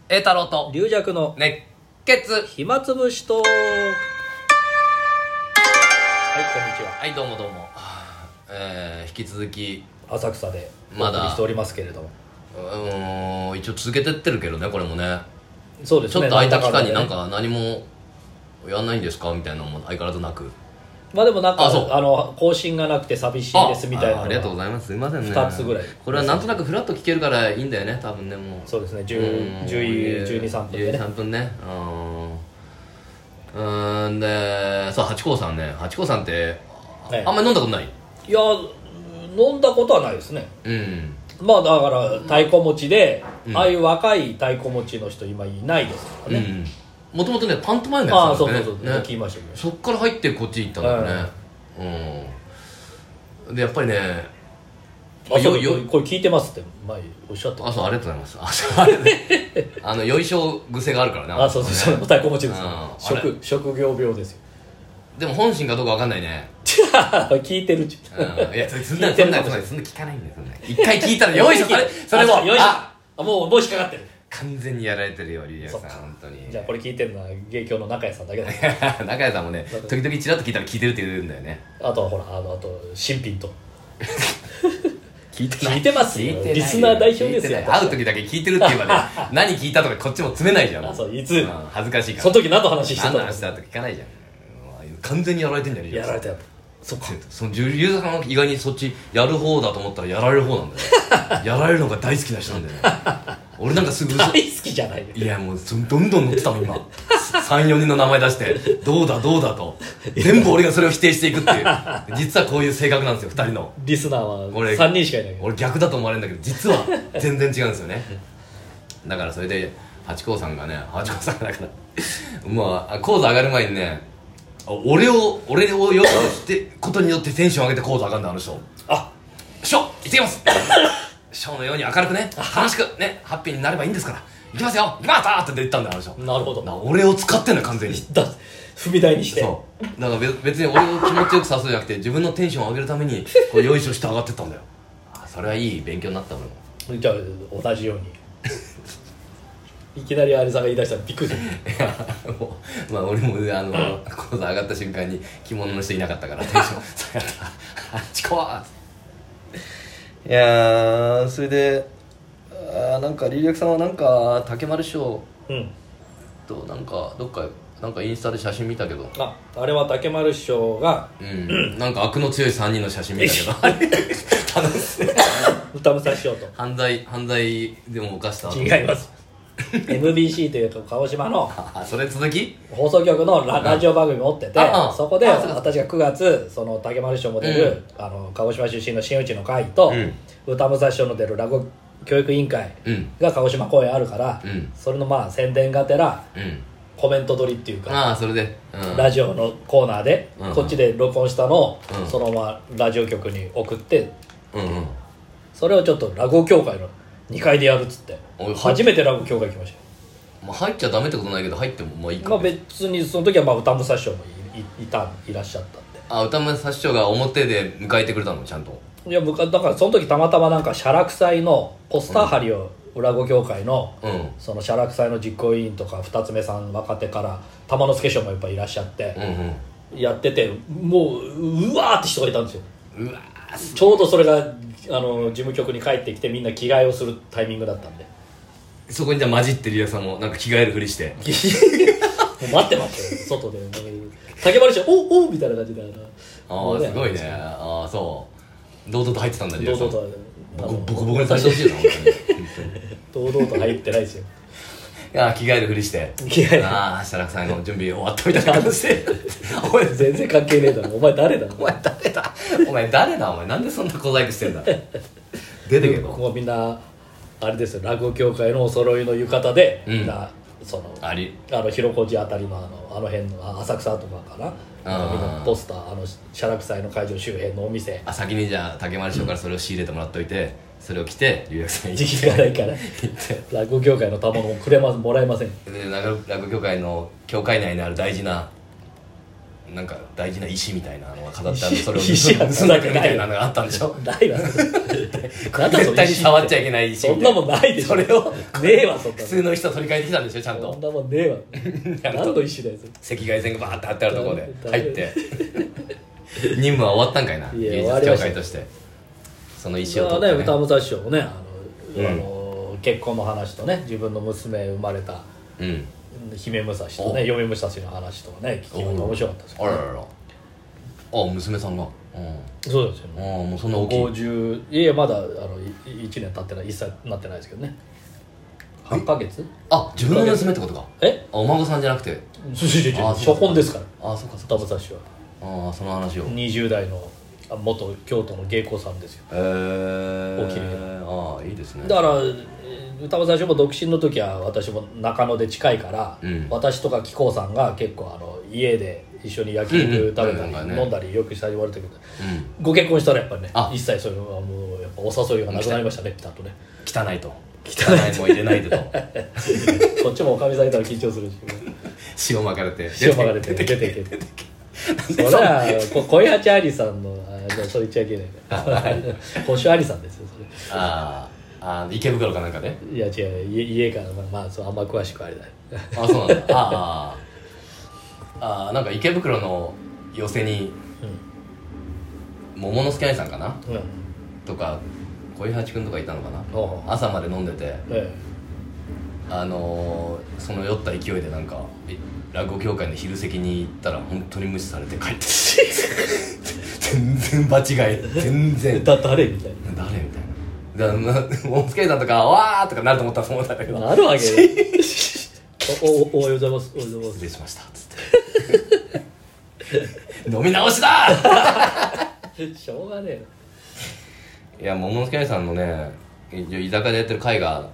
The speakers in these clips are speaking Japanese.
栄太郎と龍弱の熱血。 暇つぶしと。はい、こんにちは。 はい、どうもどうも。引き続き浅草でおまだ送りしておりますけれども、 一応続けてってるけどね、これもね。 そうですね。 ちょっと空いた期間になんだか何もやんないんですかみたいなのも相変わらずなく。 まあでもなんかあそう更新がなくて寂しいですみたいなのがありがとうございます。すいませんね。 2つぐらいこれはなんとなくフラッと聞けるからいいんだよね、多分ね。もうそうですね。 うん 12、3分でね。 13分ね。で、そう、八甲さんね。八甲さんって、 はいあんまり飲んだことない。 いや飲んだことはないですね。 うん。 まあだから太鼓持ちで、 うんああいう若い太鼓持ちの人今いないですからね。 もともとね、パントマイムああ、 やってたんだよね。 そうそうそう、 ね聞きましたけど。 そっから入ってこっち行ったんだよね。で、やっぱりね、 あ、そうよこれ聞いてますって前おっしゃってまあ、 しそう、ありがとうございます。あ、そう、あれね。よいしょ癖があるからね。 た。あ、そうそうそう、太鼓持ちですよあ。 職業病ですよ。 でも本心かどうかわかんないね。 聞いてるっちゅいや、そんな聞いてるかもしれない聞かないんだよ、そんな。一回聞いたら、よいしょ、それも、 よいしょ。あ、もう引っかかってる。 完全にやられてるよ、リリアさん、 そっか本当に。 じゃあこれ聞いてるのは芸協の中谷さんだけだ。 中谷さんもね、時々チラッと聞いたら聞いてるって言うんだよね。 あとはほら、あと新品と。 聞いて聞いてますよ。 聞いてないリスナー代表ですよ。 会う時だけ聞いてるって言えばね、何聞いたとかこっちも詰めないじゃん。 あ、そう、いつ、 うん恥ずかしいから。 その時何の話してたの何の話したとか聞かないじゃん。完全にやられてんじゃん、リリアさん。 やられたよ。そっか。 そのユーザーさんは意外にそっちやる方だと思ったらやられる方なんだよ。やられるのが大好きな人なんだよね。俺なんかすぐ大好きじゃないよ。 いやもうどんどん乗ってたもん今。34人の名前出してどうだどうだと全部俺がそれを否定していくっていう実はこういう性格なんですよ、2人の。 リスナーは俺 3人しかいないけど。 俺逆だと思われるんだけど実は全然違うんですよね。だからそれで八甲さんがね、八甲さんがだからまあ講座上がる前にね、俺をよくしてことによってテンション上げて講座上がるんだ、あの人。 あ、 師匠行ってきます。師匠のように明るくね、楽しくね、ハッピーになればいいんですから行きますよ、行きましたって言ったんだよ、あの人。 なるほど。 俺を使ってんだよ完全に。 踏み台にして。 そうだから別に俺を気持ちよくさすじゃなくて自分のテンションを上げるためにこうよいしょして上がってったんだよ。それはいい勉強になった俺も。 じゃあ同じように。いきなりあれさんが言い出したらびっくりする。 いやもうまあ俺も講座上がった瞬間に着物の人いなかったからテンション下がったあっちこわいやー、それでなんかリリアクさんはなんか竹丸師匠うん。 となんかどっかなんかインスタで写真見たけど、 あれは竹丸師匠がなんか悪の強い3人の写真見たけど楽しい歌武蔵師匠と。 犯罪でも犯した後違います。MBC という鹿児島のそれ続き放送局のラジオ番組持ってて、そこでそうか私が9月その竹丸師匠も出る、鹿児島出身の真打ちの会と、歌武蔵師匠の出る落語教育委員会が鹿児島公演あるから、それのまあ宣伝がてら、コメント撮りっていうか、 それで、 ラジオのコーナーで、こっちで録音したのを、 うんそのままラジオ局に送ってうんそれをちょっと落語協会の2階でやるっつっておい初めて落語協会来ましたよ。 まあ、入っちゃダメってことないけど入ってもまあいいか、 まあ別にその時はまあ歌武蔵師匠もいらっしゃったんで、 歌丸さ師匠が表で迎えてくれたのちゃんと。 いやだからその時たまたまなんか写楽祭のポスター貼りを裏語協会の、その写楽祭の実行委員とか二つ目さん若手から玉之助師匠もやっぱいらっしゃって、やっててもううわーって人がいたんですよ。 うわちょうどそれが事務局に帰ってきてみんな着替えをするタイミングだったんでそこにじゃあ混じってリアさんもなんか着替えるふりしてもう待って外で竹丸師匠おみたいな感じでああすごいね。そう堂々と入ってたんだリアさん。 堂々とボコボコにされてほしいな本堂々と入ってないですよ。 当に。着替えるふりして着替える写楽祭の準備終わったみたいな感じでおい全然関係ねえだろお前誰だお前誰だお前なんでそんな小細工してんだ出てけどここみんなあれですよ落語協会のお揃いの浴衣で、みんなその広小路あたりのあの辺の浅草とかかな、みんなポスター写楽祭の会場周辺のお店先にじゃあ竹丸師匠からそれを仕入れてもらっといて、それを着て龍薬さんに時期がないから落語協会の賜物ももらえません。 で落語協会の協会内にある大事ななんか大事な石みたいなのが飾ってあるんで、それを石が盗んだみたいなのがあったんでしょ。 ないわ絶対に触っちゃいけない石そんなもんないでしょ。 それをねえわ、そんな普通の人取り替えてきたんでしょ、ちゃんと。 そんなもんねえわ何の石だよそれ。 赤外線がバーって張ってあるところで入って任務は終わったんかいな、芸術協会として。その石を取ってね、 歌武蔵師匠もね、結婚の話とね、自分の娘生まれた姫武蔵とね、嫁武蔵の話とかね、聞き方面白かったですよね。 あららら、あ、娘さんが、 そうですよね。 もうそんな大きい。 50、いやまだ1年経ってない、1歳なってないですけどね。8ヶ月？ あ、自分の娘ってことか。お孫さんじゃなくて。 初婚ですから。 あ、そうかそう歌武蔵師匠は。その話を。 20代の元京都の芸妓さんですよ。おきれいな。 いいですね。 だから歌武蔵師匠も独身の時は私も中野で近いから、私とか紀行さんが結構家で一緒に焼肉食べたり飲んだりよくしたり言われたけど、ご結婚したらやっぱりね、一切そういうのはもうやっぱお誘いがなくなりましたね。ピタッとね。 汚いと。汚いのも入れないでと。 こっちもおかみさんいたら緊張するし。 塩巻かれて出てけそれは小八ありさんのそれ言っちゃいけない星ありさんですよそれ。 池袋かなんかで。 いや違う、家からそうあんま詳しくあれだ。 そうなんだ。なんか池袋の寄席に桃之助愛さんかな、とか小井八君とかいたのかな、朝まで飲んでて、その酔った勢いでなんか落語協会の昼席に行ったら本当に無視されて帰って全然場違い、全然誰みたいな、 誰みたいな。だから桃之助さんとかわーとかなると思ったらそう思ったんだけど、 なるわけおはようございます、おはようございます、 失礼しましたつって飲み直しだしょうがねえな。 いや、桃之助さんのね、居酒屋でやってる会があって、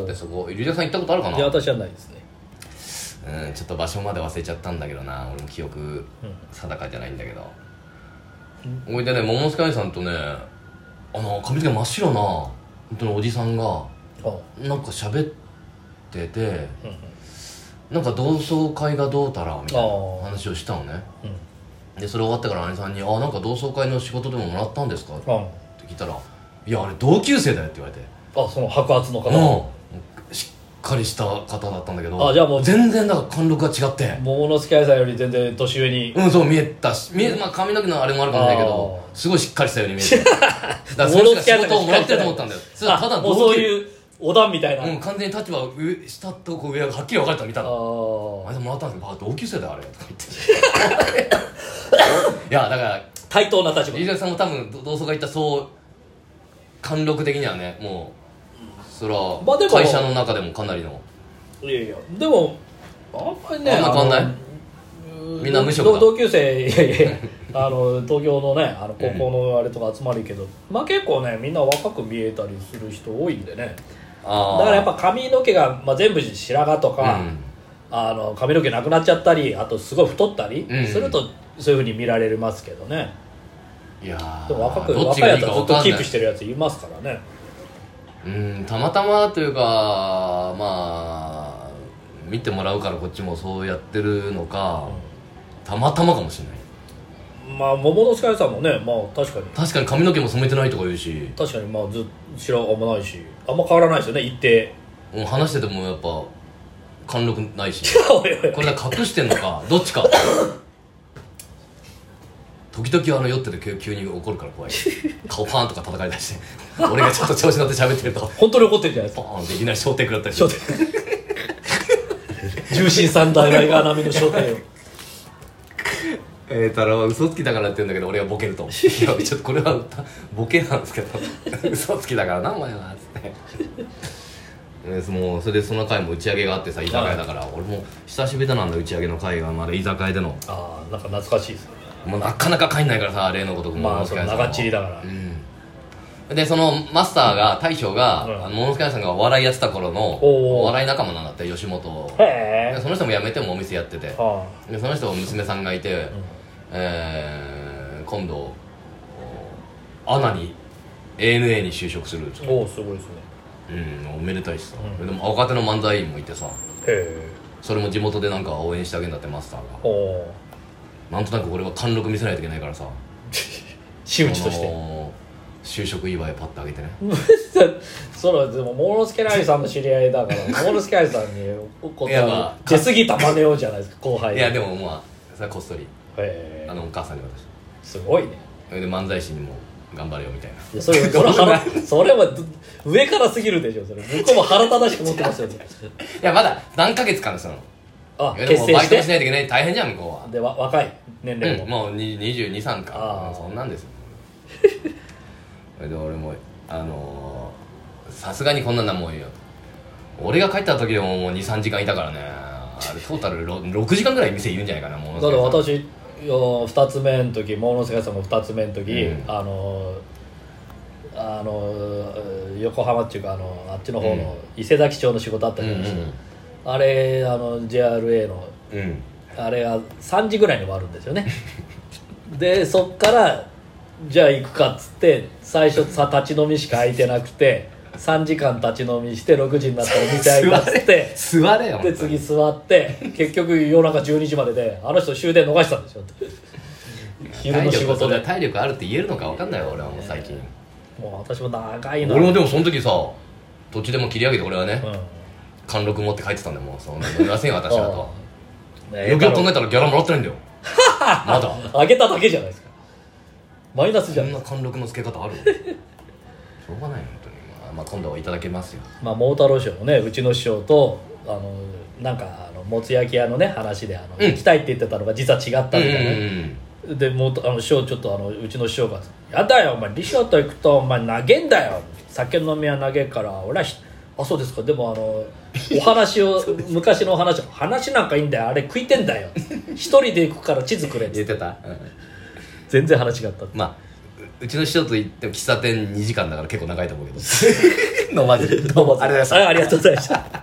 そこ龍尺さん行ったことあるかな。 いや私はないですね。 ちょっと場所まで忘れちゃったんだけどな、俺も記憶定かじゃないんだけど、おいでね、桃之助さんとね、髪の毛真っ白な本当におじさんがなんか喋ってて、なんか同窓会がどうたらみたいな話をしたのね、でそれ終わってから姉さんに「なんか同窓会の仕事でももらったんですか?」って聞いたら「いやあれ同級生だよ」って言われて。 その白髪の方、 しっかりした方だったんだけど、 じゃあもう全然だから貫禄が違って、 桃之助愛さんより全然年上に、 そう見えたし、髪の毛のあれもあるかもしれないけど、すごいしっかりしたように見えてだからその人が仕事をもらってると思ったんだよ。ただもうそういうお段みたいな、 完全に立場下と上がはっきり分かれたの見たの。あれもらったんですけど、同級生だよあれとか言っていやだから対等な立場、 飯崎さんも多分同窓会行ったそう貫禄的にはね、もうそれは会社の中でもかなりの。 いやいやでもあんまりね、 あんま変わんない。みんな無職だ。 同級生、いやいや東京のね高校のあれとか集まるけど、結構ねみんな若く見えたりする人多いんでね。だからやっぱ髪の毛が、全部白髪とか、髪の毛なくなっちゃったり、あとすごい太ったりすると、そういう風に見られますけどね。 いやでも若いやつはずっとキープしてるやついますからね。 たまたまというか見てもらうからこっちもそうやってるのか、たまたまかもしれない。 桃之助さんもね、確かに髪の毛も染めてないとか言うし、 確かにずっと白髪あんまないし、あんま変わらないですよね、一定。 話しててもやっぱ貫禄ないしこれは隠してんのかどっちか時々酔ってて急に怒るから怖い顔パーンとか叩かれたりして俺がちょっと調子乗って喋ってると本当に怒ってるじゃないですか。 パーンっていきなり焦点食らったりして重心三大ライガー並みの焦点を太郎は嘘つきだからって言うんだけど、俺がボケるといやちょっとこれはボケなんですけど嘘つきだからなお前はっつってもうそれでその回も打ち上げがあってさ、居酒屋だから、俺も久しぶりだなんだ打ち上げの回がまだ居酒屋での。 なんか懐かしいですね。 もうなかなか帰んないからさ、例のことくもその長っちりだから、 でそのマスターが大将が桃之助さんがお笑いやってた頃のお笑い仲間なんだって、吉本。でその人も辞めてもお店やってて、でその人も娘さんがいて、今度アナに ANA に就職する。 すごいですね。 おめでたいしさ、でも若手の漫才員もいてさ、それも地元でなんか応援してあげるんだって、マスターが。 なんとなく俺は貫禄見せないといけないからさ真打ちとして就職祝いパッとあげてねそれはでもモーノスケライさんの知り合いだからモーノスケライさんにいや、まあ、 出過ぎた真似をじゃないですか後輩で。 いやでもまあそれはこっそりお母さんに渡してすごいね。 それで漫才師にも頑張れよみたいな。 いやそれは上からすぎるでしょ。それ向こうも腹立たしく持ってますよねいやまだ何ヶ月かの人なの。 結成してバイトもしないといけない大変じゃん向こうは。 で若い年齢も、 もう22、3かそんなんですよで俺もさすがにこんなんなんもういいよ。俺が帰った時でももう 2,3 時間いたからね。あれトータル 6時間ぐらい店いるんじゃないかな。もうだって私2つ目の時モーノスケさんも2つ目の時、横浜っていうかあっちの方の伊勢崎町の仕事あったじゃないですか、あれJRA の、あれが3時ぐらいに終わるんですよねでそっからじゃあ行くかっつって最初立ち飲みしか空いてなくて3時間立ち飲みして6時になったら店開いたっつって座れよで次座って結局夜中12時までであの人終電逃したんですよ昼の仕事で体力あるって言えるのか分かんないよ俺はもう最近。 もう私も長いな。 俺もでもその時さ土地でも切り上げて俺はね、貫禄持って帰ってたんだよ。もうそんな飲みませんよ私だとよくよく考えたらギャラもらってないんだよまだあげただけじゃないですか。マイナスじゃん。 そんな貫禄のつけ方あるしょうがないよ本当に。まあ今度はいただけますよ。 まあ桃太郎師匠もねうちの師匠となんかもつ焼き屋のね話で行きたいって言ってたのが実は違ったみたいなね、でもう師匠ちょっとうちの師匠が「やだよお前リショと行くとお前投げんだよ酒飲みは投げるから俺はあそうですかでもお話を昔のお話なんかいいんだよあれ食いてんだよ一人で行くから地図くれ」って言ってた、 全然話があった。 まあうちの師匠と言っても喫茶店2時間だから結構長いと思うけど飲まずどうもありがとうございました